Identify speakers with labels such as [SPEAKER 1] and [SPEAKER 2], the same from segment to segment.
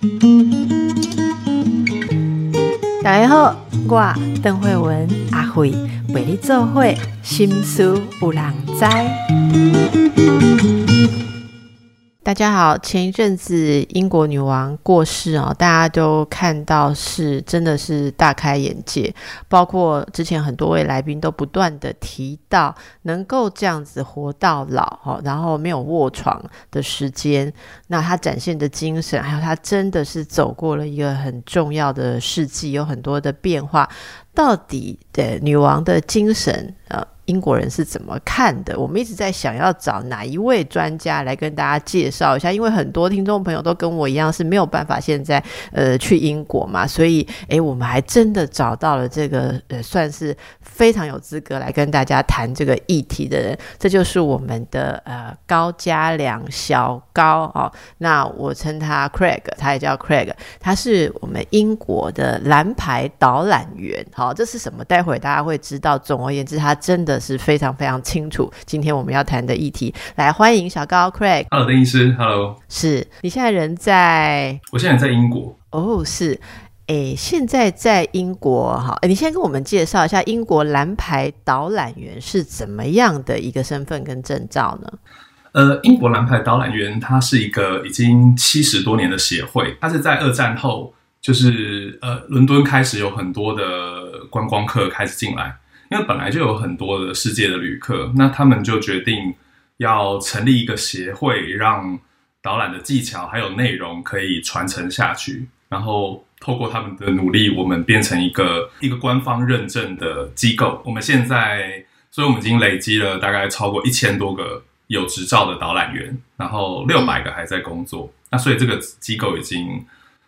[SPEAKER 1] 大家好，我邓惠文阿惠陪你做伙心事有人知。大家好，前一阵子英国女王过世哦，大家都看到是真的是大开眼界，包括之前很多位来宾都不断的提到能够这样子活到老，然后没有卧床的时间，那她展现的精神，还有她真的是走过了一个很重要的世纪，有很多的变化。到底的女王的精神英国人是怎么看的？我们一直在想要找哪一位专家来跟大家介绍一下，因为很多听众朋友都跟我一样是没有办法现在去英国嘛，所以我们还真的找到了这个算是非常有资格来跟大家谈这个议题的人，这就是我们的高嘉良小高那我称他 Craig， 他也叫 Craig， 他是我们英国的蓝牌导览员这是什么？待会大家会知道。总而言之，他真的是非常非常清楚今天我们要谈的议题。来，欢迎小高 Craig。Hello，
[SPEAKER 2] 邓医师 ，Hello。
[SPEAKER 1] 是你现在人在？
[SPEAKER 2] 我现在在英国。
[SPEAKER 1] 是。现在在英国你先跟我们介绍一下英国蓝牌导览员是怎么样的一个身份跟证照呢？
[SPEAKER 2] 英国蓝牌导览员它是一个已经70多年的协会，它是在2战后，就是伦敦开始有很多的观光客开始进来，因为本来就有很多的世界的旅客，那他们就决定要成立一个协会，让导览的技巧还有内容可以传承下去，然后透过他们的努力，我们变成一个官方认证的机构。我们现在，所以我们已经累积了大概超过1000多个有执照的导览员，然后600个还在工作。那所以这个机构已经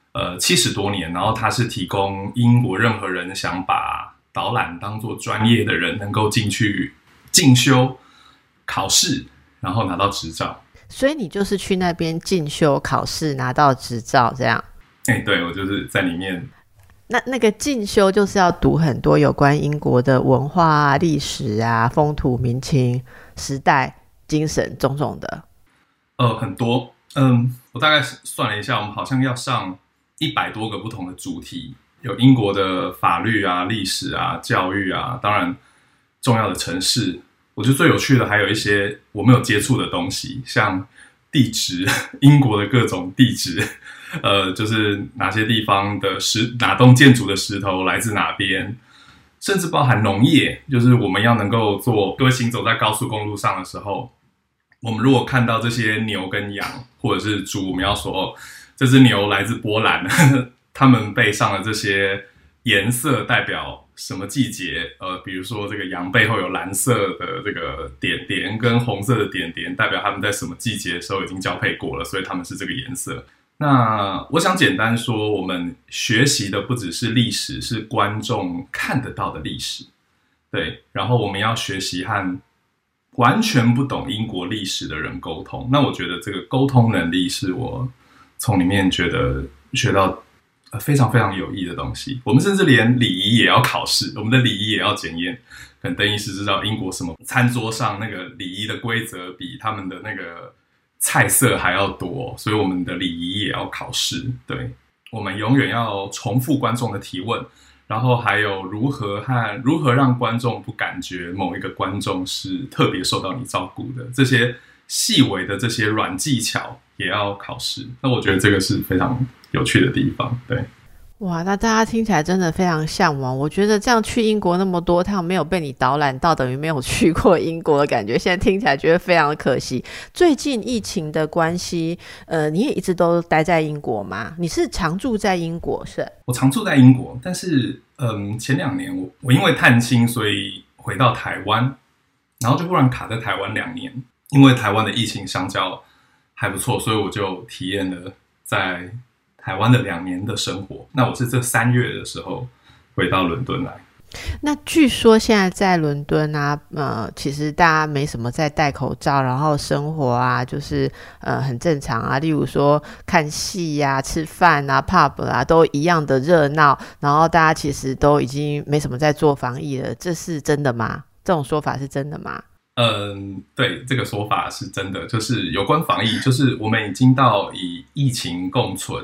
[SPEAKER 2] 70多年，然后它是提供英国任何人想把导览当作专业的人能够进去进修考试，然后拿到执照。
[SPEAKER 1] 所以你就是去那边进修考试拿到执照这样？
[SPEAKER 2] 对，我就是在里面。
[SPEAKER 1] 那个进修就是要读很多有关英国的文化啊、历史啊、风土民情、时代精神种种的。
[SPEAKER 2] 很多。我大概算了一下，我们好像要上100多个不同的主题，有英国的法律啊、历史啊、教育啊，当然重要的城市。我觉得最有趣的还有一些我没有接触的东西，像地质，英国的各种地质，就是哪些地方的哪栋建筑的石头来自哪边，甚至包含农业，就是我们要能够做，各位行走在高速公路上的时候，我们如果看到这些牛跟羊或者是猪，我们要说这只牛来自波兰，他们背上的这些颜色代表什么季节？比如说这个羊背后有蓝色的这个点点跟红色的点点，代表他们在什么季节的时候已经交配过了，所以他们是这个颜色。那我想简单说，我们学习的不只是历史，是观众看得到的历史。对，然后我们要学习和完全不懂英国历史的人沟通。那我觉得这个沟通能力是我从里面觉得学到非常非常有益的东西。我们甚至连礼仪也要考试，我们的礼仪也要检验。可能邓医师知道英国什么餐桌上那个礼仪的规则比他们的那个菜色还要多，所以我们的礼仪也要考试。对，我们永远要重复观众的提问，然后还有如何让观众不感觉某一个观众是特别受到你照顾的，这些细微的这些软技巧也要考试。那我觉得这个是非常有趣的地方。对，
[SPEAKER 1] 哇，那大家听起来真的非常向往。我觉得这样去英国那么多趟没有被你导览到，等于没有去过英国的感觉，现在听起来觉得非常的可惜。最近疫情的关系你也一直都待在英国吗？你是常住在英国是？
[SPEAKER 2] 我常住在英国，但是前2年我因为探亲，所以回到台湾，然后就忽然卡在台湾2年，因为台湾的疫情相较还不错，所以我就体验了在台湾的2年的生活。那我是这3月的时候回到伦敦来。
[SPEAKER 1] 那据说现在在伦敦啊，其实大家没什么在戴口罩，然后生活啊就是很正常啊，例如说看戏啊、吃饭啊、pub 啊都一样的热闹，然后大家其实都已经没什么在做防疫了，这是真的吗？这种说法是真的吗？
[SPEAKER 2] 对，这个说法是真的，就是有关防疫，就是我们已经到以疫情共存，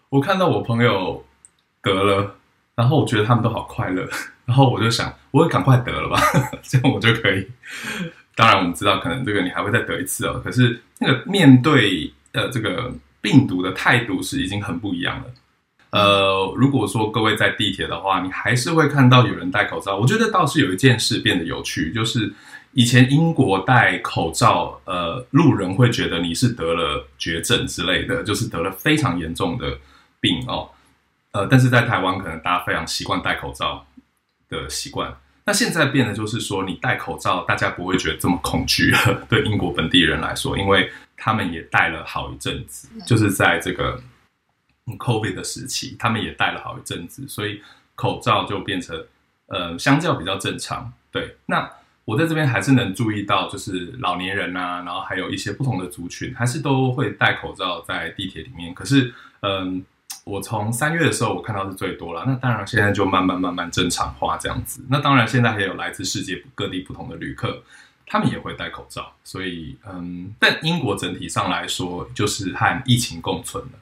[SPEAKER 2] 我看到我朋友得了，然后我觉得他们都好快乐，然后我就想，我会赶快得了吧，这样我就可以。当然我们知道可能这个你还会再得一次哦，可是那个面对这个病毒的态度是已经很不一样了。如果说各位在地铁的话，你还是会看到有人戴口罩。我觉得倒是有一件事变得有趣，就是以前英国戴口罩，路人会觉得你是得了绝症之类的，就是得了非常严重的病哦。但是在台湾可能大家非常习惯戴口罩的习惯。那现在变得就是说，你戴口罩，大家不会觉得这么恐惧了。对英国本地人来说，因为他们也戴了好一阵子，就是在这个 COVID 的时期，他们也戴了好一阵子，所以口罩就变成相较比较正常。对，那我在这边还是能注意到，就是老年人啊，然后还有一些不同的族群，还是都会戴口罩在地铁里面。可是我从3月的时候我看到是最多了，那当然现在就慢慢正常化这样子。那当然现在还有来自世界各地不同的旅客，他们也会戴口罩，所以但英国整体上来说就是和疫情共存了。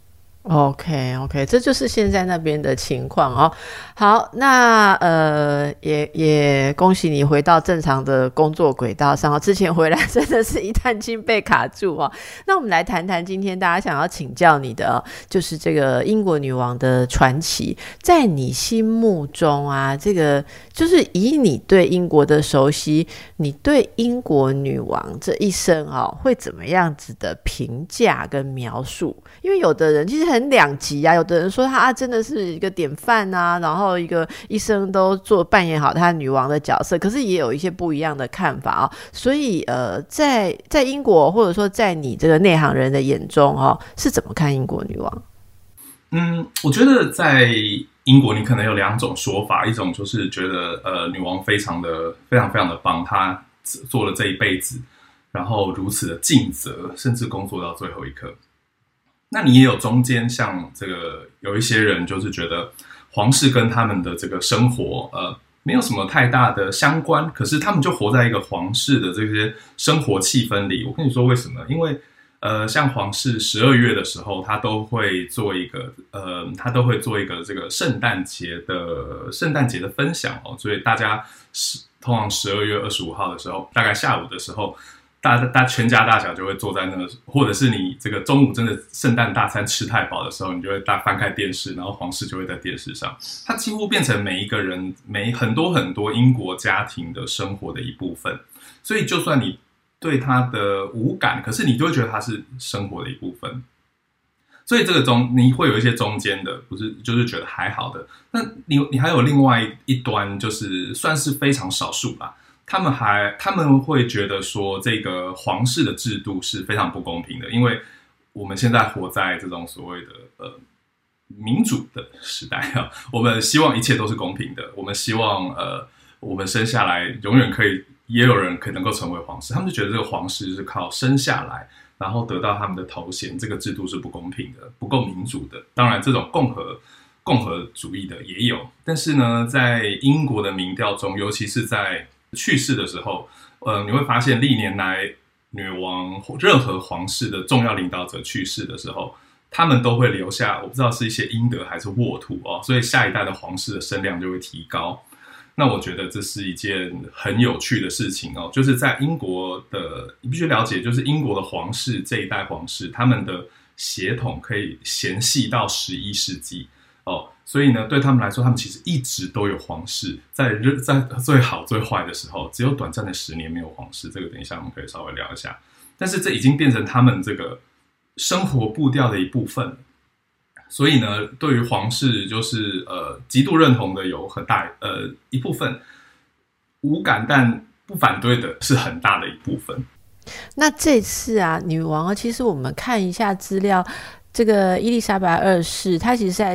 [SPEAKER 1] OK， 这就是现在那边的情况哦。好，那也恭喜你回到正常的工作轨道上哦。之前回来真的是一探金被卡住哦。那我们来谈谈今天大家想要请教你的就是这个英国女王的传奇，在你心目中啊，这个就是以你对英国的熟悉，你对英国女王这一生会怎么样子的评价跟描述？因为有的人其实很两极啊，有的人说她真的是一个典范啊，然后一生都扮演好她女王的角色，可是也有一些不一样的看法所以在英国或者说在你这个内行人的眼中是怎么看英国女王？
[SPEAKER 2] 我觉得在英国你可能有2种说法，一种就是觉得女王非常的棒，她做了这一辈子，然后如此的尽责，甚至工作到最后一刻。那你也有中间像这个有一些人就是觉得皇室跟他们的这个生活没有什么太大的相关，可是他们就活在一个皇室的这些生活气氛里。我跟你说为什么？因为像皇室12月的时候，他都会做一个这个圣诞节的分享所以大家通常12月25号的时候，大概下午的时候，大全家大小就会坐在那个，或者是你这个中午真的圣诞大餐吃太饱的时候，你就会翻开电视，然后皇室就会在电视上，它几乎变成每一个人很多英国家庭的生活的一部分。所以就算你对它的无感，可是你就会觉得它是生活的一部分。所以这个你会有一些中间的，不是就是觉得还好的。那你还有另外一端，就是算是非常少数啦。他们会觉得说，这个皇室的制度是非常不公平的，因为我们现在活在这种所谓的民主的时代啊，我们希望一切都是公平的，我们希望我们生下来永远可以，也有人可以能够成为皇室，他们就觉得这个皇室是靠生下来，然后得到他们的头衔，这个制度是不公平的，不够民主的。当然，这种共和主义的也有，但是呢，在英国的民调中，尤其是在去世的时候，你会发现历年来女王任何皇室的重要领导者去世的时候，他们都会留下，我不知道是一些阴德还是沃土所以下一代的皇室的声量就会提高。那我觉得这是一件很有趣的事情就是在英国的，你必须了解，就是英国的皇室这一代皇室，他们的血统可以沿袭到11世纪所以呢，对他们来说，他们其实一直都有皇室，在最好最坏的时候，只有短暂的10年没有皇室，这个等一下我们可以稍微聊一下。但是这已经变成他们这个生活步调的一部分了。所以呢，对于皇室就是极度认同的有很大一部分，无感但不反对的是很大的一部分。
[SPEAKER 1] 那这次啊，女王其实我们看一下资料，这个伊丽莎白二世她其实在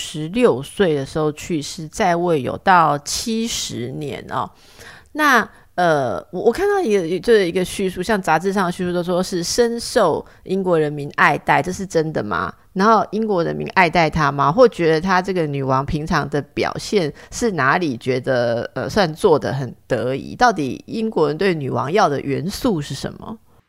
[SPEAKER 1] 96岁的时候去世，在位有到70年那我看到一个叙述，像杂志上的叙述都说是深受英国人民爱戴，这是真的吗？然后英国人民爱戴她吗？或觉得她这个女王平常的表现是哪里觉得算做得很得宜？到底英国人对女王要的元素是什么？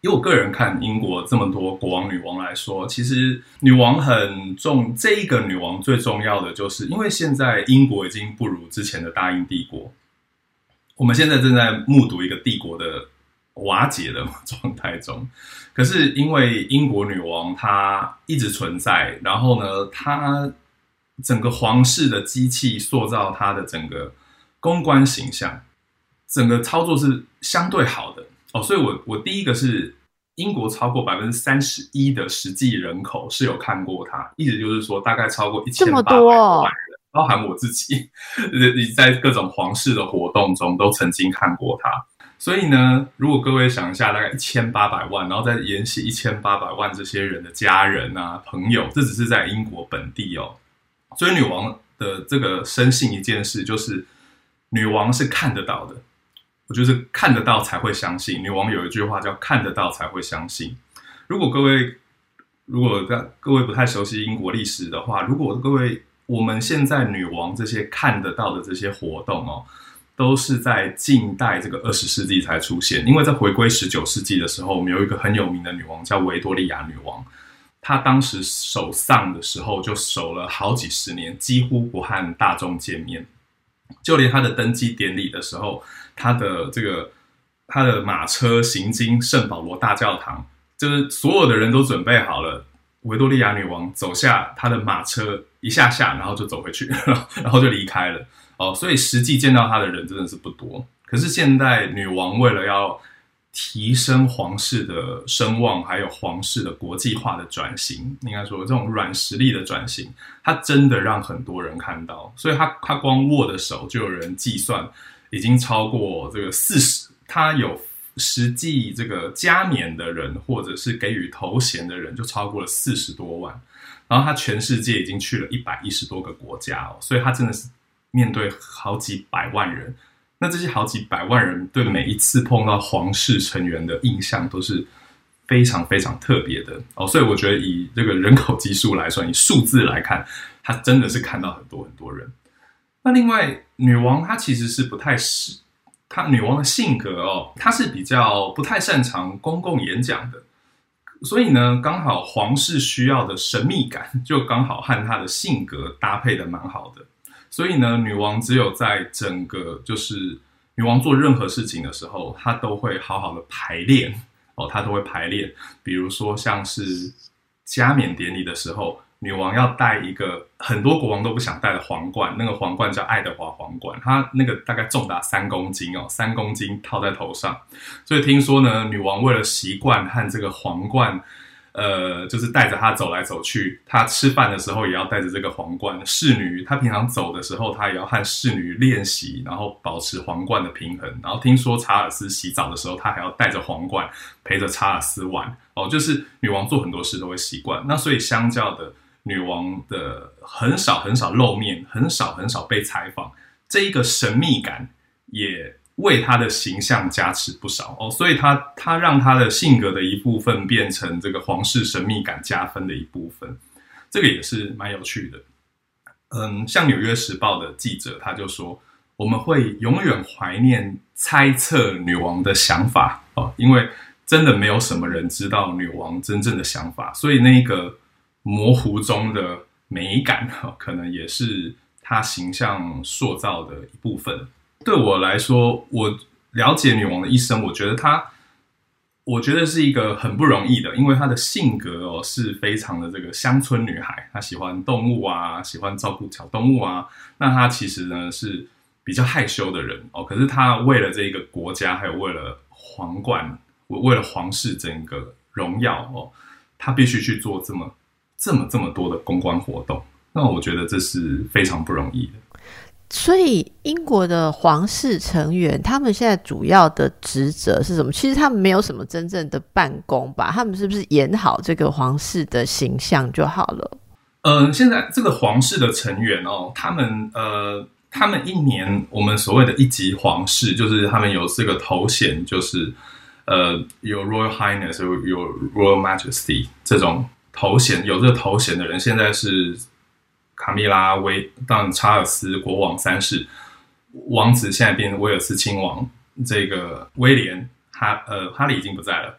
[SPEAKER 2] 以我个人看英国这么多国王女王来说，其实女王很重，这一个女王最重要的就是因为现在英国已经不如之前的大英帝国，我们现在正在目睹一个帝国的瓦解的状态中。可是因为英国女王她一直存在，然后呢她整个皇室的机器塑造她的整个公关形象，整个操作是相对好的所以我第一个是英国超过31%的实际人口是有看过它，意思就是说大概超过1800万人，包含我自己，你在各种皇室的活动中都曾经看过它。所以呢，如果各位想一下，大概1800万，然后再沿袭1800万这些人的家人啊、朋友，这只是在英国本地所以女王的这个深信一件事，就是女王是看得到的。我觉得看得到才会相信，女王有一句话叫看得到才会相信。如果各位不太熟悉英国历史的话，如果各位我们现在女王这些看得到的这些活动都是在近代这个20世纪才出现。因为在回归19世纪的时候，我们有一个很有名的女王叫维多利亚女王，她当时守丧的时候就守了好几十年，几乎不和大众见面，就连她的登基典礼的时候，她的马车行经圣保罗大教堂，就是所有的人都准备好了，维多利亚女王走下她的马车一下，然后就走回去，然后就离开了所以实际见到她的人真的是不多。可是现在女王为了要提升皇室的声望，还有皇室的国际化的转型，应该说这种软实力的转型，她真的让很多人看到。所以她光握的手就有人计算已经超过这个40，她有实际这个加冕的人或者是给予头衔的人就超过了40多万，然后她全世界已经去了110多个国家所以她真的是面对好几百万人。那这些好几百万人对每一次碰到皇室成员的印象都是非常非常特别的所以我觉得以这个人口基数来算，以数字来看，她真的是看到很多很多人。那另外女王她其实是不太她女王的性格她是比较不太擅长公共演讲的，所以呢刚好皇室需要的神秘感就刚好和她的性格搭配的蛮好的。所以呢女王只有在整个就是女王做任何事情的时候，她都会好好的排练她都会排练。比如说像是加冕典礼的时候，女王要戴一个很多国王都不想戴的皇冠，那个皇冠叫爱德华皇冠，它那个大概重达3公斤3公斤套在头上。所以听说呢，女王为了习惯和这个皇冠就是带着她走来走去，她吃饭的时候也要带着这个皇冠。侍女她平常走的时候，她也要和侍女练习，然后保持皇冠的平衡。然后听说查尔斯洗澡的时候，她还要带着皇冠陪着查尔斯玩就是女王做很多事都会习惯。那所以相较的，女王的很少露面，很少被采访，这一个神秘感也为她的形象加持不少所以她让她的性格的一部分变成这个皇室神秘感加分的一部分，这个也是蛮有趣的。像纽约时报的记者他就说，我们会永远怀念猜测女王的想法因为真的没有什么人知道女王真正的想法，所以那个模糊中的美感可能也是她形象塑造的一部分。对我来说，我了解女王的一生，我觉得是一个很不容易的，因为她的性格是非常的这个乡村女孩，她喜欢动物啊，喜欢照顾小动物啊。那她其实呢是比较害羞的人可是她为了这个国家，还有为了皇冠，为了皇室整个荣耀她必须去做这么多的公关活动。那我觉得这是非常不容易的。
[SPEAKER 1] 所以英国的皇室成员他们现在主要的职责是什么？其实他们没有什么真正的办公吧，他们是不是演好这个皇室的形象就好了？
[SPEAKER 2] 现在这个皇室的成员他们一年，我们所谓的一级皇室，就是他们有这个头衔，就是有 Royal Highness 有 Royal Majesty 这种头衔，有这个头衔的人现在是卡米拉当然查尔斯国王3世，王子现在变成威尔斯亲王，这个威廉哈利已经不在了，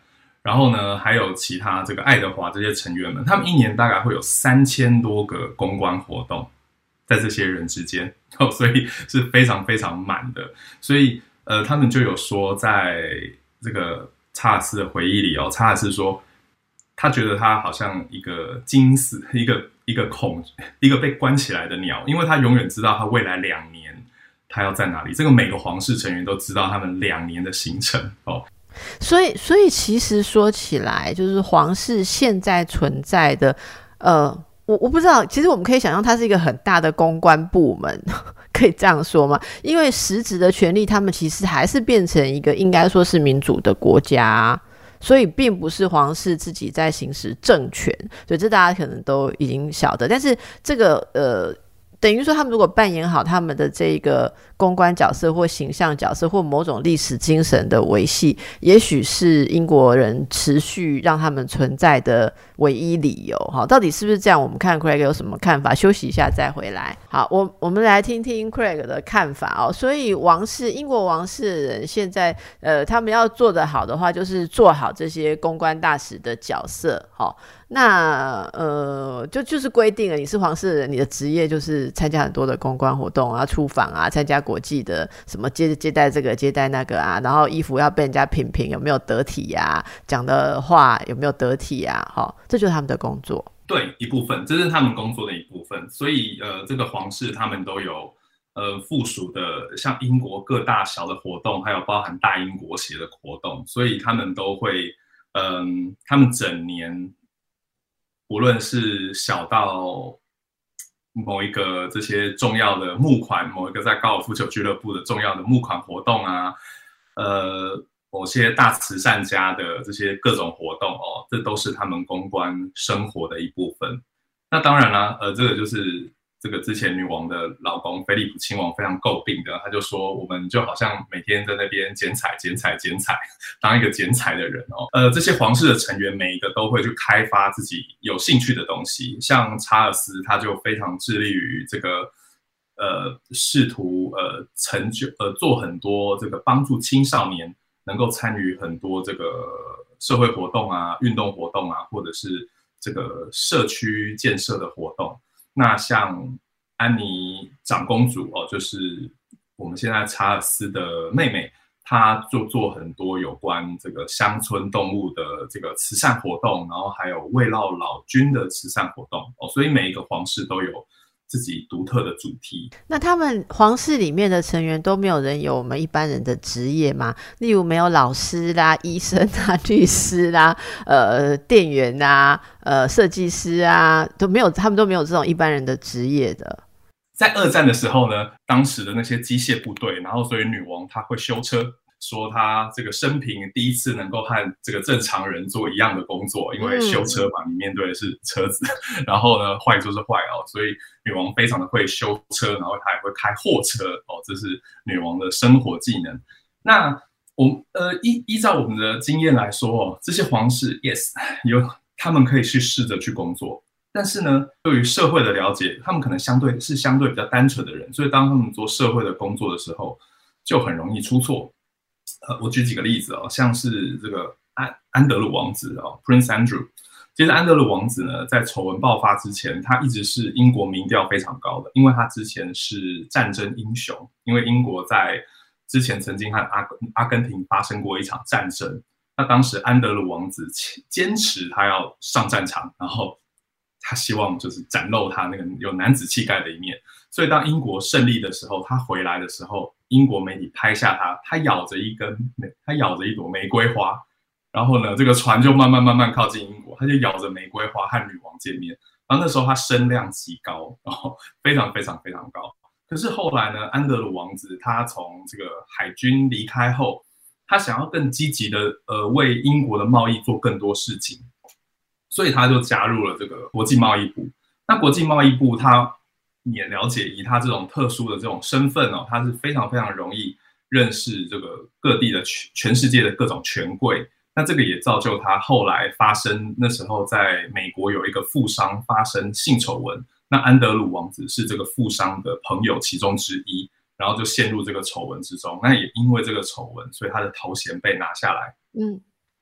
[SPEAKER 2] 然后呢，还有其他这个爱德华这些成员们，他们一年大概会有3000多个公关活动，在这些人之间，所以是非常非常满的。所以他们就有说，在这个查尔斯的回忆里查尔斯说，他觉得他好像一个惊死，一个被关起来的鸟，因为他永远知道他未来2年他要在哪里。这个每个皇室成员都知道他们2年的行程
[SPEAKER 1] 所以其实说起来，就是皇室现在存在的，我不知道，其实我们可以想象它是一个很大的公关部门，可以这样说吗？因为实质的权力，他们其实还是变成一个应该说是民主的国家，所以并不是皇室自己在行使政权，所以这大家可能都已经晓得。但是这个等于说他们如果扮演好他们的这个公关角色或形象角色或某种历史精神的维系，也许是英国人持续让他们存在的唯一理由。好，到底是不是这样？我们看 Craig 有什么看法，休息一下再回来。好，我们来听听 Craig 的看法所以英国王室的人现在他们要做得好的话，就是做好这些公关大使的角色。好，那就是规定了，你是皇室的人，你的职业就是参加很多的公关活动啊，出访啊，参加国际的什么接待这个接待那个啊，然后衣服要被人家评评有没有得体啊，讲的话有没有得体啊，这就是他们的工作。
[SPEAKER 2] 对，一部分，这是他们工作的一部分。所以这个皇室他们都有附属的像英国各大小的活动，还有包含大英国协的活动，所以他们都会他们整年无论是小到某一个这些重要的募款，某一个在高尔夫球俱乐部的重要的募款活动啊，某些大慈善家的这些各种活动这都是他们公关生活的一部分。那当然啦，这个就是这个之前女王的老公菲利普亲王非常诟病的，他就说我们就好像每天在那边剪彩，当一个剪彩的人这些皇室的成员每一个都会去开发自己有兴趣的东西，像查尔斯他就非常致力于这个试图成就做很多这个帮助青少年能够参与很多这个社会活动啊、运动活动啊，或者是这个社区建设的活动。那像安妮长公主就是我们现在查尔斯的妹妹，她就做很多有关这个乡村动物的这个慈善活动，然后还有慰劳老军的慈善活动所以每一个皇室都有自己独特的主题。
[SPEAKER 1] 那他们皇室里面的成员都没有人有我们一般人的职业吗？例如没有老师啦、医生啊、律师啦、店员啊、设计师啊，都没有，他们都没有这种一般人的职业的。
[SPEAKER 2] 在二战的时候呢，当时的那些机械部队，然后所以女王她会修车，说她这个生平第一次能够和这个正常人做一样的工作，因为修车嘛，你面对的是车子，然后呢坏就是坏所以女王非常的会修车，然后她也会开货车这是女王的生活技能。那依照我们的经验来说这些皇室 yes 他们可以去试着去工作，但是呢，对于社会的了解，他们可能相对比较单纯的人，所以当他们做社会的工作的时候，就很容易出错。我举几个例子像是这个安德鲁王子Prince Andrew。其实安德鲁王子呢，在丑闻爆发之前，他一直是英国民调非常高的，因为他之前是战争英雄，因为英国在之前曾经和阿根廷发生过一场战争。那当时安德鲁王子坚持他要上战场，然后他希望就是展露他那个有男子气概的一面。所以当英国胜利的时候，他回来的时候，英国媒体拍下他咬着一朵玫瑰花，然后呢这个船就慢慢靠近英国，他就咬着玫瑰花和女王见面。然后那时候他声量极高，然后非常非常非常高。可是后来呢，安德鲁王子他从这个海军离开后，他想要更积极的为英国的贸易做更多事情，所以他就加入了这个国际贸易部。那国际贸易部他也了解，以他这种特殊的这种身份他是非常非常容易认识这个各地的全世界的各种权贵。那这个也造就他后来发生，那时候在美国有一个富商发生性丑闻，那安德鲁王子是这个富商的朋友其中之一，然后就陷入这个丑闻之中。那也因为这个丑闻，所以他的头衔被拿下来。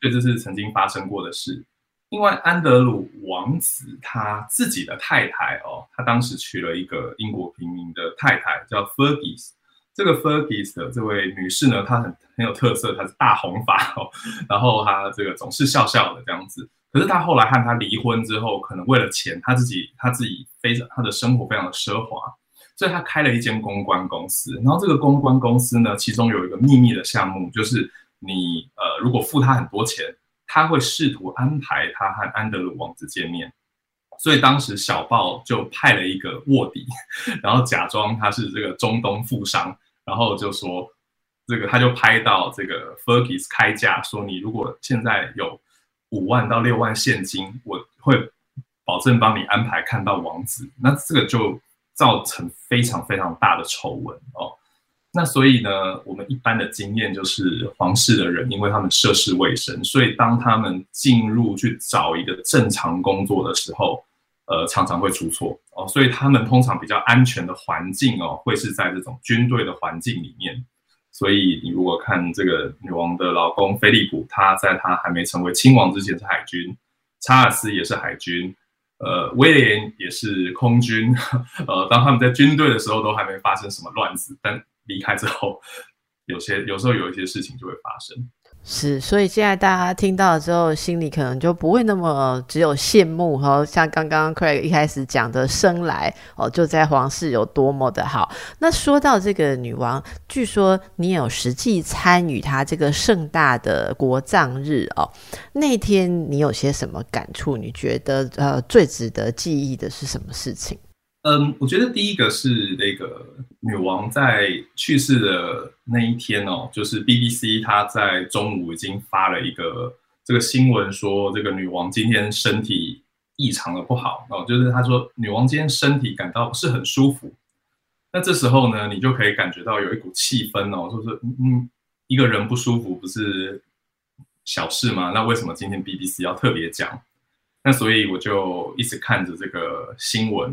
[SPEAKER 2] 所以这是曾经发生过的事。另外，安德鲁王子他自己的太太他当时娶了一个英国平民的太太，叫 Fergus。这个 Fergus 的这位女士呢，她很有特色，她是大红发然后她这个总是笑笑的这样子。可是她后来和他离婚之后，可能为了钱，她自己她的生活非常的奢华，所以她开了一间公关公司。然后这个公关公司呢，其中有一个秘密的项目，就是你如果付他很多钱，他会试图安排他和安德鲁王子见面。所以当时小报就派了一个卧底，然后假装他是这个中东富商，然后就说他就拍到这个 Fergus 开价说，你如果现在有5万到6万现金，我会保证帮你安排看到王子。那这个就造成非常非常大的丑闻那所以呢，我们一般的经验就是皇室的人，因为他们涉世未深，所以当他们进入去找一个正常工作的时候，常常会出错所以他们通常比较安全的环境会是在这种军队的环境里面。所以你如果看这个女王的老公菲利普，他在他还没成为亲王之前是海军，查尔斯也是海军，威廉也是空军当他们在军队的时候都还没发生什么乱子，但离开之后有时候有一些事情就会发生。
[SPEAKER 1] 是，所以现在大家听到了之后，心里可能就不会那么只有羡慕像刚刚 Craig 一开始讲的生来就在皇室有多么的好。那说到这个女王，据说你有实际参与她这个盛大的国葬日那天你有些什么感触？你觉得最值得记忆的是什么事情？
[SPEAKER 2] 我觉得第一个是那个女王在去世的那一天就是 BBC 她在中午已经发了一个这个新闻说，这个女王今天身体异常的不好就是她说女王今天身体感到不是很舒服。那这时候呢，你就可以感觉到有一股气氛就是一个人不舒服不是小事吗？那为什么今天 BBC 要特别讲？那所以我就一直看着这个新闻，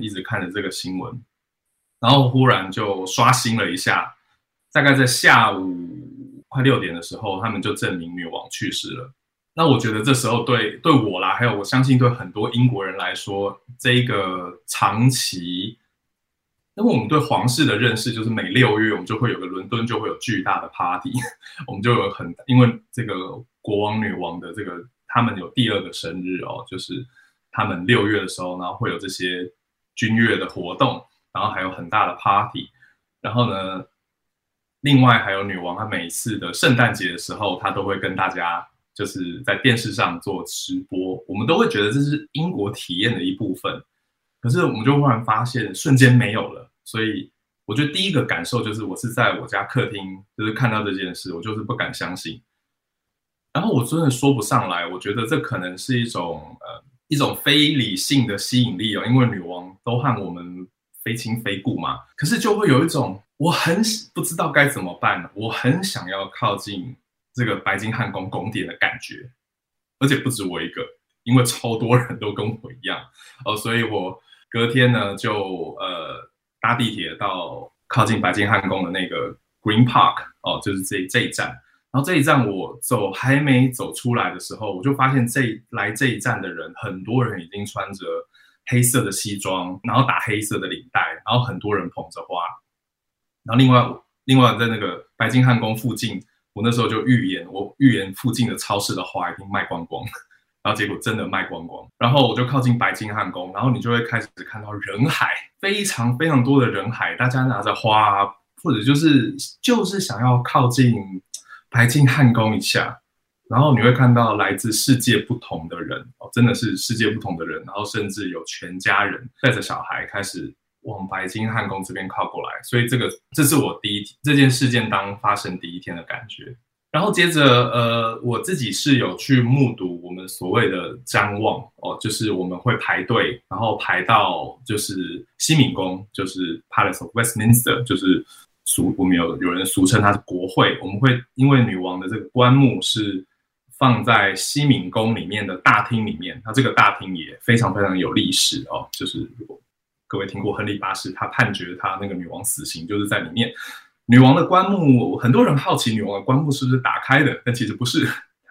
[SPEAKER 2] 然后忽然就刷新了一下，大概在下午快6点的时候，他们就证明女王去世了。那我觉得这时候对我啦，还有我相信对很多英国人来说，这一个长期，因为我们对皇室的认识就是每6月我们就会有个伦敦就会有巨大的 party， 我们就有因为这个国王女王的这个他们有第2个生日就是他们6月的时候，然后会有这些军乐的活动，然后还有很大的 party， 然后呢，另外还有女王她每一次的圣诞节的时候，她都会跟大家就是在电视上做直播，我们都会觉得这是英国体验的一部分，可是我们就忽然发现瞬间没有了。所以我觉得第一个感受就是我是在我家客厅就是看到这件事，我就是不敢相信，然后我真的说不上来，我觉得这可能是一种非理性的吸引力因为女王都和我们非亲非故嘛，可是就会有一种我很不知道该怎么办，我很想要靠近这个白金汉宫宫殿的感觉，而且不止我一个，因为超多人都跟我一样所以我隔天呢就搭地铁到靠近白金汉宫的那个 Green Park 就是这一站。然后这一站我还没走出来的时候，我就发现来这一站的人，很多人已经穿着黑色的西装，然后打黑色的领带，然后很多人捧着花。然后另外在那个白金汉宫附近，我那时候就预言附近的超市的花一定卖光光，然后结果真的卖光光。然后我就靠近白金汉宫，然后你就会开始看到人海，非常非常多的人海，大家拿着花，或者就是想要靠近白金汉宫一下，然后你会看到来自世界不同的人真的是世界不同的人，然后甚至有全家人带着小孩开始往白金汉宫这边靠过来，所以这是我这件事件当发生第一天的感觉。然后接着我自己是有去目睹我们所谓的瞻望就是我们会排队，然后排到就是西敏宫，就是 Palace of Westminster， 就是我们有人俗称它是国会，我们会因为女王的这个棺木是放在西敏宫里面的大厅里面，它这个大厅也非常非常有历史就是如果各位听过亨利8世他判决他那个女王死刑就是在里面。女王的棺木，很多人好奇女王的棺木是不是打开的，但其实不是，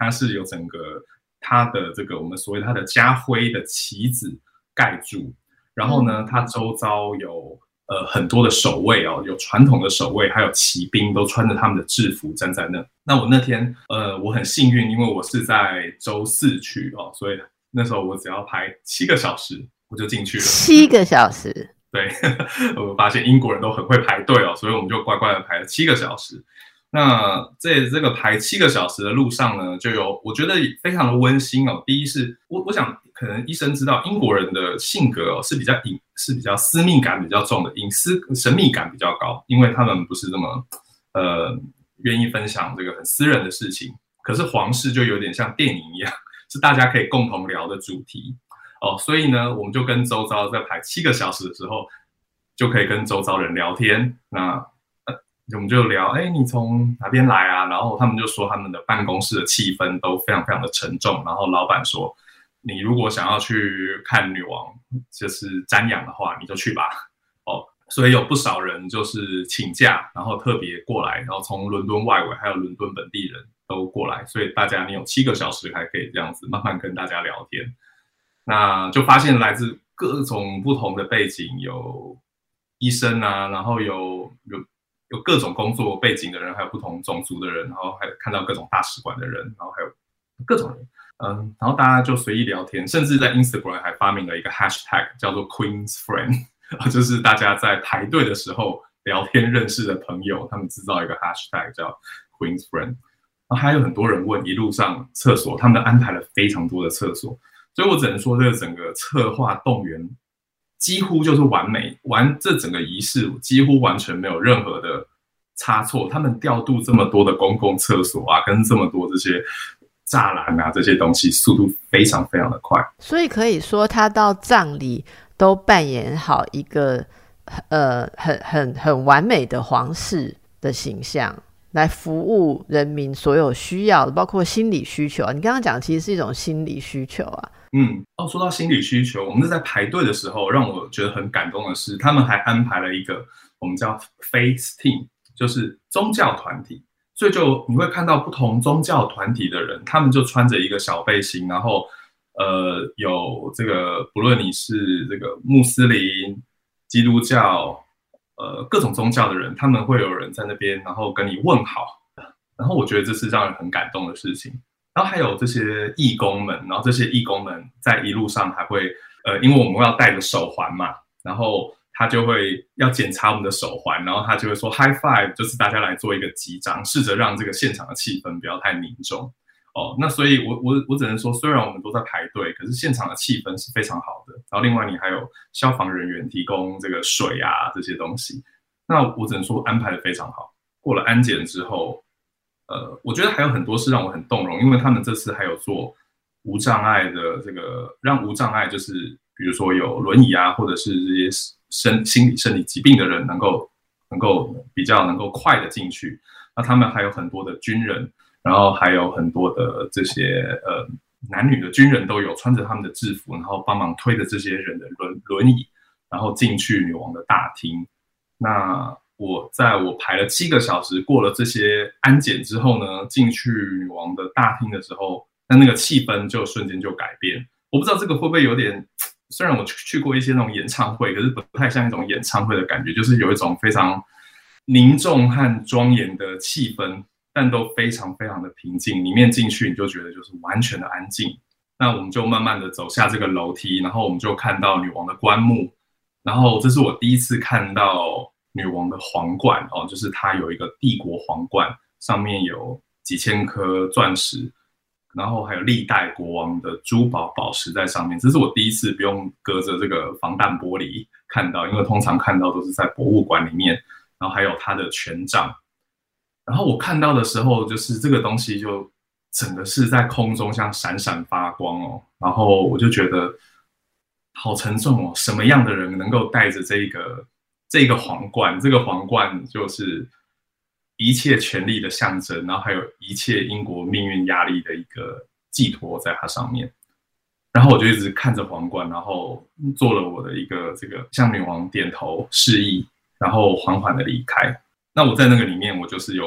[SPEAKER 2] 它是有整个它的这个我们所谓它的家徽的旗子盖住，然后呢，它周遭有很多的守卫哦，有传统的守卫，还有骑兵都穿着他们的制服站在那。那我那天我很幸运，因为我是在周四去哦，所以那时候我只要排7个小时我就进去了。
[SPEAKER 1] 7个小时？
[SPEAKER 2] 对，我发现英国人都很会排队哦，所以我们就乖乖的排了7个小时。那在这个排7个小时的路上呢，就有我觉得非常的温馨哦。第一是我想可能医生知道英国人的性格哦是比较私密感比较重的，隐私神秘感比较高，因为他们不是这么愿意分享这个很私人的事情。可是皇室就有点像电影一样，是大家可以共同聊的主题哦。所以呢，我们就跟周遭在排7个小时的时候，就可以跟周遭人聊天。那我们就聊，你从哪边来啊？然后他们就说他们的办公室的气氛都非常非常的沉重。然后老板说，你如果想要去看女王就是瞻仰的话，你就去吧。哦，所以有不少人就是请假，然后特别过来，然后从伦敦外围还有伦敦本地人都过来，所以大家你有7个小时还可以这样子慢慢跟大家聊天。那就发现来自各种不同的背景，有医生啊，然后有各种工作背景的人，还有不同种族的人，然后还有看到各种大使馆的人，然后还有各种人，然后大家就随意聊天，甚至在 Instagram 还发明了一个 hashtag 叫做 Queen's Friend， 就是大家在排队的时候聊天认识的朋友，他们制造一个 hashtag 叫 Queen's Friend。然后还有很多人问一路上厕所，他们安排了非常多的厕所，所以我只能说这个整个策划动员几乎就是完美，这整个仪式几乎完全没有任何的差错。他们调度这么多的公共厕所啊，跟这么多这些栅栏啊，这些东西速度非常非常的快。
[SPEAKER 1] 所以可以说，他到葬礼都扮演好一个很完美的皇室的形象，来服务人民所有需要的，包括心理需求。你刚刚讲其实是一种心理需求啊。
[SPEAKER 2] 说到心理需求，我们是在排队的时候，让我觉得很感动的是，他们还安排了一个我们叫 faith team， 就是宗教团体。所以就你会看到不同宗教团体的人，他们就穿着一个小背心，然后有这个不论你是这个穆斯林、基督教，各种宗教的人，他们会有人在那边，然后跟你问好，然后我觉得这是让人很感动的事情。然后还有这些义工们，然后这些义工们在一路上还会因为我们要戴着手环嘛，然后他就会要检查我们的手环，然后他就会说 high five， 就是大家来做一个击掌，试着让这个现场的气氛不要太凝重哦。那所以我只能说，虽然我们都在排队，可是现场的气氛是非常好的。然后另外你还有消防人员提供这个水啊这些东西，那我只能说安排的非常好。过了安检之后，我觉得还有很多是让我很动容，因为他们这次还有做无障碍的这个，让无障碍就是比如说有轮椅啊，或者是这些心理生理疾病的人能够比较能够快的进去。那他们还有很多的军人，然后还有很多的这些男女的军人都有穿着他们的制服，然后帮忙推着这些人的轮椅，然后进去女王的大厅。那我排了7个小时，过了这些安检之后呢，进去女王的大厅的时候，那个气氛就瞬间就改变。我不知道这个会不会有点，虽然我去过一些那种演唱会，可是不太像一种演唱会的感觉，就是有一种非常凝重和庄严的气氛，但都非常非常的平静。里面进去你就觉得就是完全的安静。那我们就慢慢的走下这个楼梯，然后我们就看到女王的棺木，然后这是我第一次看到女王的皇冠哦，就是她有一个帝国皇冠，上面有几千颗钻石，然后还有历代国王的珠宝宝石在上面。这是我第一次不用隔着这个防弹玻璃看到，因为通常看到都是在博物馆里面，然后还有他的权杖。然后我看到的时候，就是这个东西就整个是在空中像闪闪发光哦，然后我就觉得好沉重哦，什么样的人能够带着这个皇冠？这个皇冠就是一切权力的象征，然后还有一切英国命运压力的一个寄托在它上面。然后我就一直看着皇冠，然后做了我的一个这个向女王点头示意，然后缓缓的离开。那我在那个里面，我就是有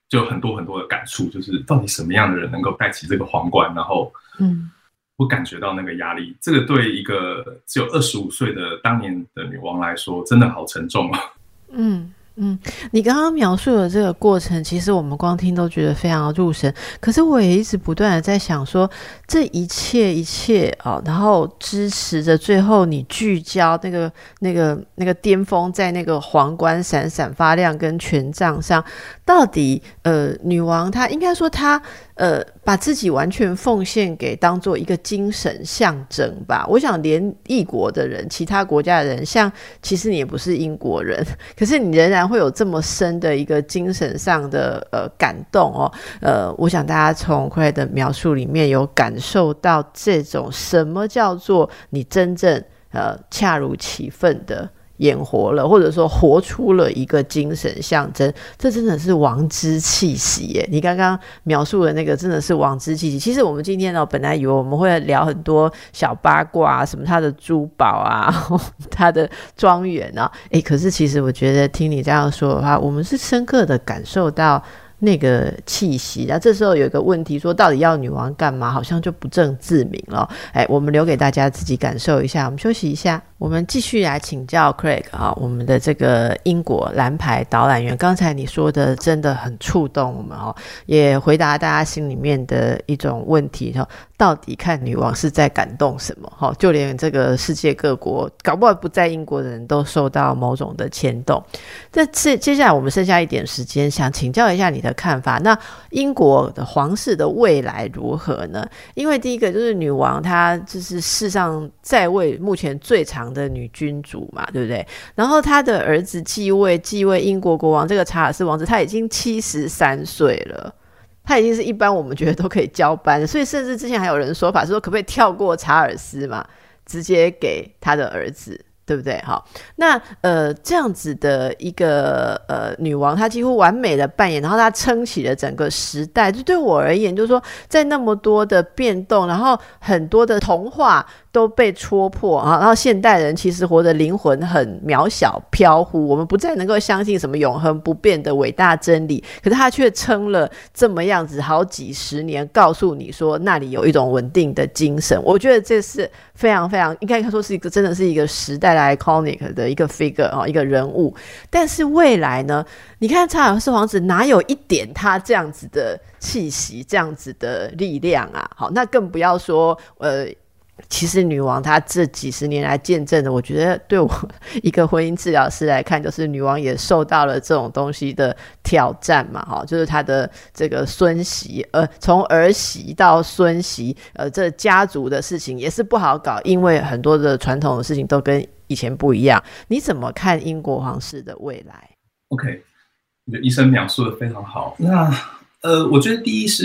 [SPEAKER 2] 就有很多很多的感触，就是到底什么样的人能够戴起这个皇冠，然后我感觉到那个压力，这个对一个只有25岁的当年的女王来说，真的好沉重啊。
[SPEAKER 1] 你刚刚描述的这个过程，其实我们光听都觉得非常入神。可是我也一直不断的在想说，这一切然后支持着最后你聚焦那个巅峰在那个皇冠闪闪发亮跟权杖上，到底女王她应该说她把自己完全奉献给当做一个精神象征吧。我想连异国的人，其他国家的人，像其实你也不是英国人，可是你仍然会有这么深的一个精神上的感动我想大家从Craig的描述里面有感受到这种什么叫做你真正恰如其分的演活了，或者说活出了一个精神象征，这真的是王之气息耶！你刚刚描述的那个真的是王之气息。其实我们今天本来以为我们会聊很多小八卦什么他的珠宝啊他的庄园啊可是其实我觉得听你这样说的话，我们是深刻的感受到那个气息。然后这时候有一个问题说，到底要女王干嘛，好像就不正自明了我们留给大家自己感受一下。我们休息一下，我们继续来请教 Craig 我们的这个英国蓝牌导览员。刚才你说的真的很触动我们也回答大家心里面的一种问题到底看女王是在感动什么就连这个世界各国搞不好不在英国的人都受到某种的牵动。接下来我们剩下一点时间，想请教一下你的看法。那英国的皇室的未来如何呢？因为第一个就是女王她就是世上在位目前最长的女君主嘛，对不对？然后她的儿子继位英国国王这个查尔斯王子，他已经73岁了，他已经是一般我们觉得都可以交班的，所以甚至之前还有人说法是说可不可以跳过查尔斯嘛，直接给他的儿子，对不对？好，那这样子的一个女王，她几乎完美的扮演，然后她撑起了整个时代。就对我而言，就是说在那么多的变动，然后很多的童话都被戳破然后现代人其实活的灵魂很渺小飘忽，我们不再能够相信什么永恒不变的伟大真理，可是他却撑了这么样子好几十年，告诉你说那里有一种稳定的精神。我觉得这是非常非常应该说是一个真的是一个时代的 iconic 的一个 figure 一个人物。但是未来呢，你看查尔斯王子哪有一点他这样子的气息，这样子的力量啊？好，那更不要说其实女王她这几十年来见证的，我觉得对我一个婚姻治疗师来看，就是女王也受到了这种东西的挑战嘛就是她的这个孙媳从儿媳到孙媳这家族的事情也是不好搞，因为很多的传统的事情都跟以前不一样。你怎么看英国皇室的未来？
[SPEAKER 2] OK， 我觉得医生描述的非常好。那我觉得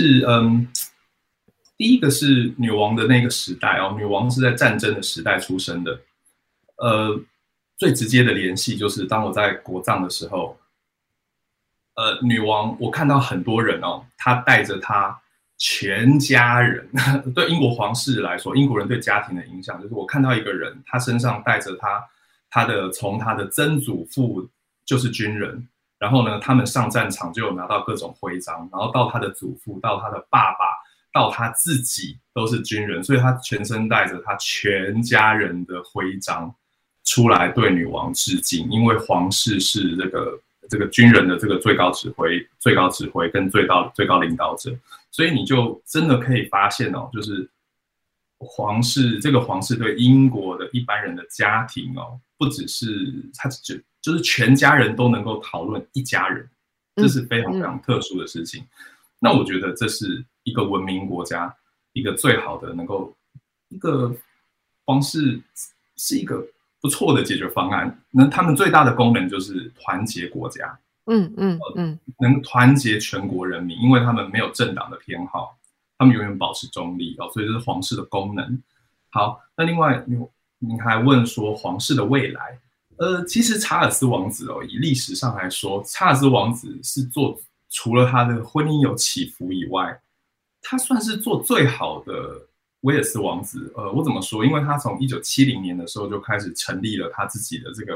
[SPEAKER 2] 第一个是女王的那个时代女王是在战争的时代出生的。最直接的联系就是当我在国葬的时候，女王我看到很多人她带着她全家人对英国皇室来说，英国人对家庭的影响就是我看到一个人，他身上带着从他的曾祖父就是军人，然后呢他们上战场就有拿到各种徽章，然后到他的祖父到他的爸爸到他自己都是军人，所以他全身带着他全家人的徽章出来对女王致敬。因为皇室是这个军人的这个最高指挥跟最高领导者，所以你就真的可以发现就是这个皇室对英国的一般人的家庭不只是他就是全家人都能够讨论一家人，这是非常非常特殊的事情。那我觉得这是一个文明国家一个最好的能够一个方式，是一个不错的解决方案。那他们最大的功能就是团结国家，能团结全国人民，因为他们没有政党的偏好，他们永远保持中立所以这是皇室的功能。好，那另外你还问说皇室的未来，其实查尔斯王子以历史上来说，查尔斯王子是除了他的婚姻有起伏以外，他算是做最好的威尔斯王子。我怎么说？因为他从1970年的时候就开始成立了他自己的这个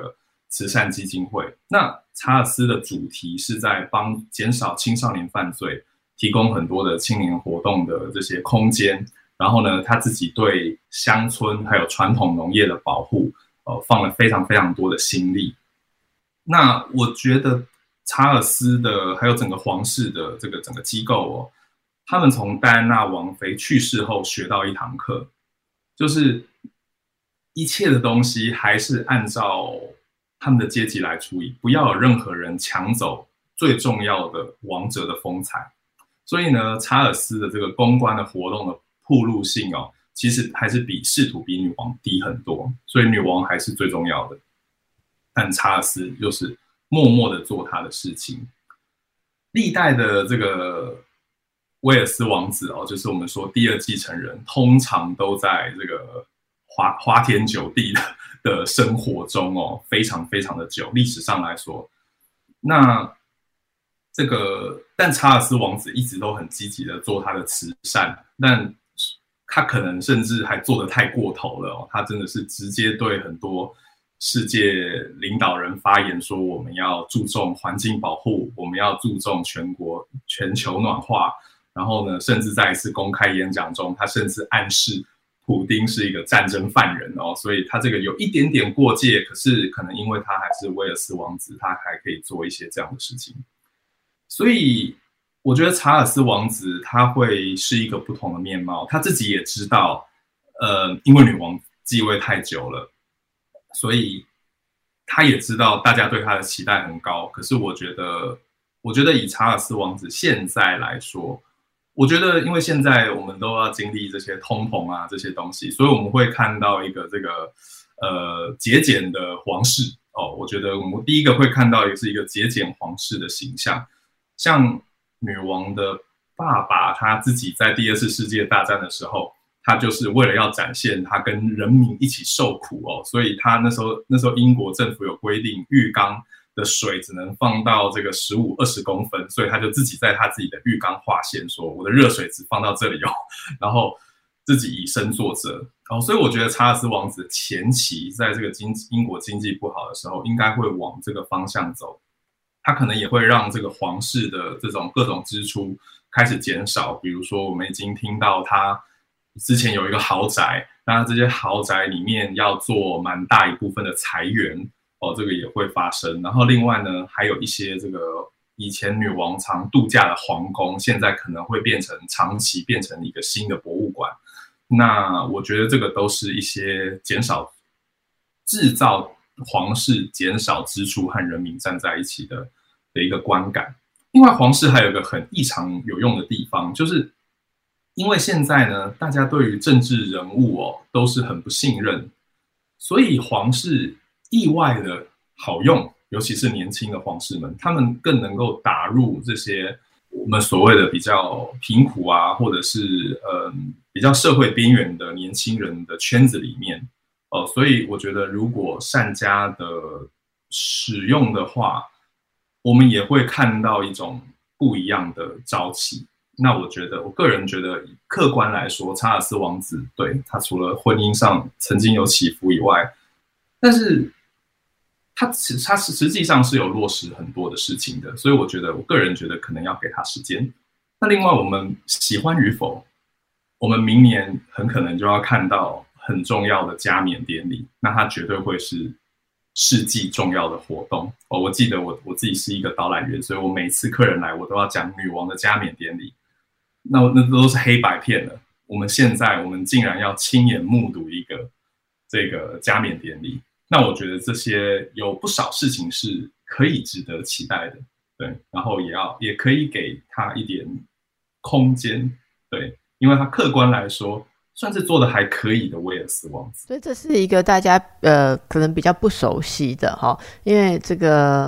[SPEAKER 2] 慈善基金会。那查尔斯的主题是在帮减少青少年犯罪，提供很多的青年活动的这些空间。然后呢，他自己对乡村还有传统农业的保护，放了非常非常多的心力。那我觉得查尔斯的还有整个皇室的这个整个机构他们从戴安娜王妃去世后学到一堂课，就是一切的东西还是按照他们的阶级来处理，不要有任何人抢走最重要的王者的风采。所以呢，查尔斯的这个公关的活动的暴露性其实还是试图比女王低很多，所以女王还是最重要的。但查尔斯就是默默的做他的事情。历代的这个威尔斯王子就是我们说第二继承人，通常都在这个花天酒地的生活中非常非常的久。历史上来说，那但查尔斯王子一直都很积极的做他的慈善，但他可能甚至还做得太过头了他真的是直接对很多世界领导人发言说，我们要注重环境保护，我们要注重全球暖化。然后呢，甚至在一次公开演讲中，他甚至暗示普丁是一个战争犯人所以他这个有一点点过界，可是可能因为他还是威尔斯王子，他还可以做一些这样的事情。所以我觉得查尔斯王子他会是一个不同的面貌，他自己也知道因为女王继位太久了，所以他也知道大家对他的期待很高。可是我觉得以查尔斯王子现在来说，我觉得因为现在我们都要经历这些通膨啊这些东西，所以我们会看到一个这个节俭的皇室我觉得我们第一个会看到也是一个节俭皇室的形象。像女王的爸爸他自己在第二次世界大战的时候，他就是为了要展现他跟人民一起受苦所以他那时候英国政府有规定浴缸的水只能放到这个15-20公分，所以他就自己在他自己的浴缸划线，说我的热水只放到这里然后自己以身作则所以我觉得查尔斯王子前期在这个英国经济不好的时候，应该会往这个方向走。他可能也会让这个皇室的这种各种支出开始减少，比如说我们已经听到他之前有一个豪宅，那这些豪宅里面要做蛮大一部分的裁员这个也会发生。然后另外呢，还有一些这个以前女王常度假的皇宫，现在可能会长期变成一个新的博物馆。那我觉得这个都是一些制造皇室减少支出和人民站在一起的一个观感。另外皇室还有一个很异常有用的地方，就是因为现在呢大家对于政治人物都是很不信任，所以皇室意外的好用，尤其是年轻的皇室们，他们更能够打入这些我们所谓的比较贫苦啊，或者是比较社会边缘的年轻人的圈子里面所以我觉得如果善加的使用的话，我们也会看到一种不一样的朝气。那我个人觉得客观来说，查尔斯王子对他除了婚姻上曾经有起伏以外，但是他实际上是有落实很多的事情的，所以我个人觉得可能要给他时间。那另外我们喜欢与否，我们明年很可能就要看到很重要的加冕典礼，那它绝对会是世纪重要的活动我记得我自己是一个导览员，所以我每次客人来我都要讲女王的加冕典礼，那都是黑白片了。我们竟然要亲眼目睹一个这个加冕典礼，那我觉得这些有不少事情是可以值得期待的，对，然后也可以给他一点空间，对，因为他客观来说算是做的还可以的威尔斯王子。
[SPEAKER 1] 所以这是一个大家可能比较不熟悉的因为这个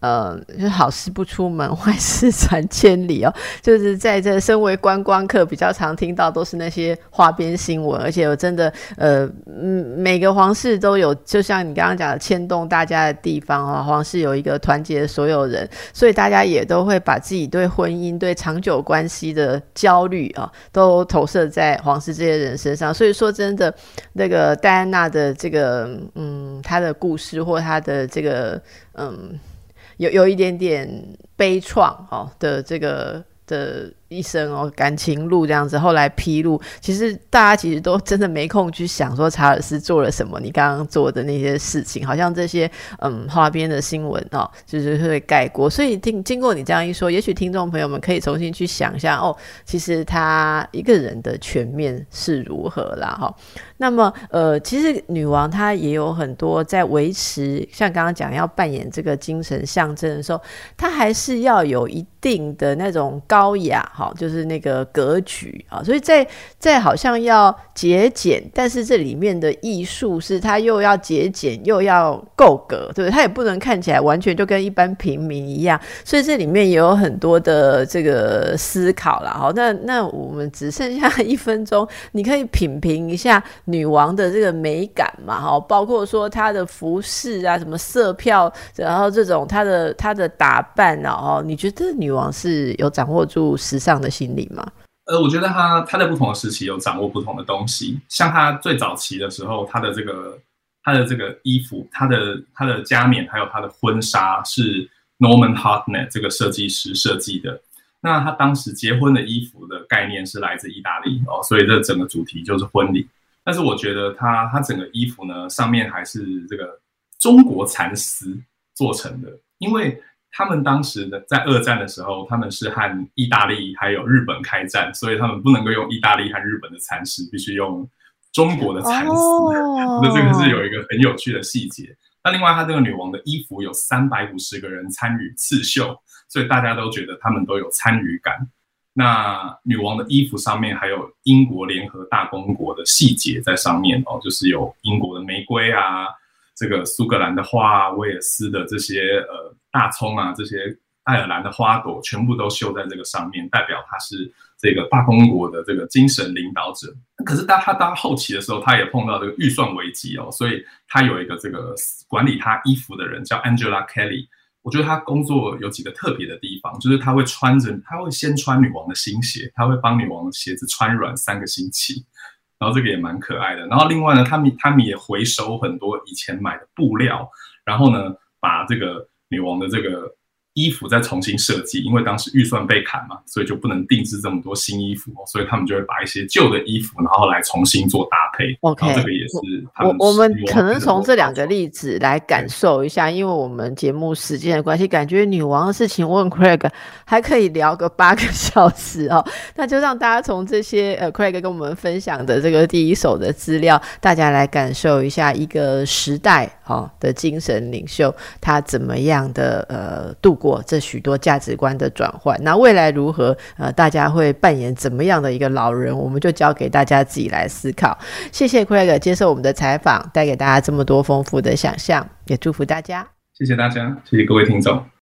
[SPEAKER 1] 就是好事不出门，坏事传千里哦。就是在这身为观光客比较常听到都是那些花边新闻，而且我真的每个皇室都有，就像你刚刚讲的牵动大家的地方哦，皇室有一个团结所有人，所以大家也都会把自己对婚姻、对长久关系的焦虑啊，都投射在皇室这些人身上。所以说真的，那个戴安娜的这个她的故事或她的这个有一点点悲怆的这个的一生感情路这样子，后来披露，其实大家其实都真的没空去想说查尔斯做了什么，你刚刚做的那些事情，好像这些花边的新闻就是会盖过。所以经过你这样一说，也许听众朋友们可以重新去想一下其实他一个人的全面是如何啦那么其实女王她也有很多在维持，像刚刚讲要扮演这个精神象征的时候，她还是要有一定的那种高雅就是那个格局所以在好像要节俭，但是这里面的艺术是她又要节俭又要够格，对不对？她也不能看起来完全就跟一般平民一样，所以这里面也有很多的这个思考啦那我们只剩下1分钟，你可以品评一下女王的这个美感嘛包括说她的服饰啊，什么色票，然后这种她的打扮你觉得女王是有掌握住时尚的心理吗？
[SPEAKER 2] 我觉得她在不同的时期有掌握不同的东西。像她最早期的时候，她的这个衣服，她的加冕还有她的婚纱是 Norman Hartnett 这个设计师设计的。那她当时结婚的衣服的概念是来自意大利所以这整个主题就是婚礼。但是我觉得她整个衣服呢，上面还是这个中国蚕丝做成的，因为他们当时在二战的时候，他们是和意大利还有日本开战，所以他们不能够用意大利和日本的蚕丝，必须用中国的蚕丝。那这个是有一个很有趣的细节。那另外，她这个女王的衣服有350个人参与刺绣，所以大家都觉得他们都有参与感。那女王的衣服上面还有英国联合大公国的细节在上面就是有英国的玫瑰啊，这个苏格兰的花，威尔斯的这些大葱啊，这些爱尔兰的花朵全部都绣在这个上面，代表他是这个大公国的这个精神领导者。可是他到后期的时候，他也碰到这个预算危机所以他有一个这个管理他衣服的人叫 Angela Kelly。我觉得他工作有几个特别的地方，就是他会先穿女王的新鞋，他会帮女王的鞋子穿软3个星期，然后这个也蛮可爱的。然后另外呢，他们也回收很多以前买的布料，然后呢把这个女王的这个衣服再重新设计，因为当时预算被砍嘛，所以就不能定制这么多新衣服所以他们就会把一些旧的衣服然后来重新做搭配。
[SPEAKER 1] OK，
[SPEAKER 2] 然后这个也是他们
[SPEAKER 1] 我们可能从这2个例子来感受一下，因为我们节目时间的关系，感觉女王的事情问 Craig 还可以聊个8个小时那就让大家从这些Craig 跟我们分享的这个第一手的资料，大家来感受一下一个时代的精神领袖他怎么样的度过这许多价值观的转换。那未来如何大家会扮演怎么样的一个老人，我们就交给大家自己来思考。谢谢 Craig 接受我们的采访，带给大家这么多丰富的想象，也祝福大家。
[SPEAKER 2] 谢谢大家，谢谢各位听众。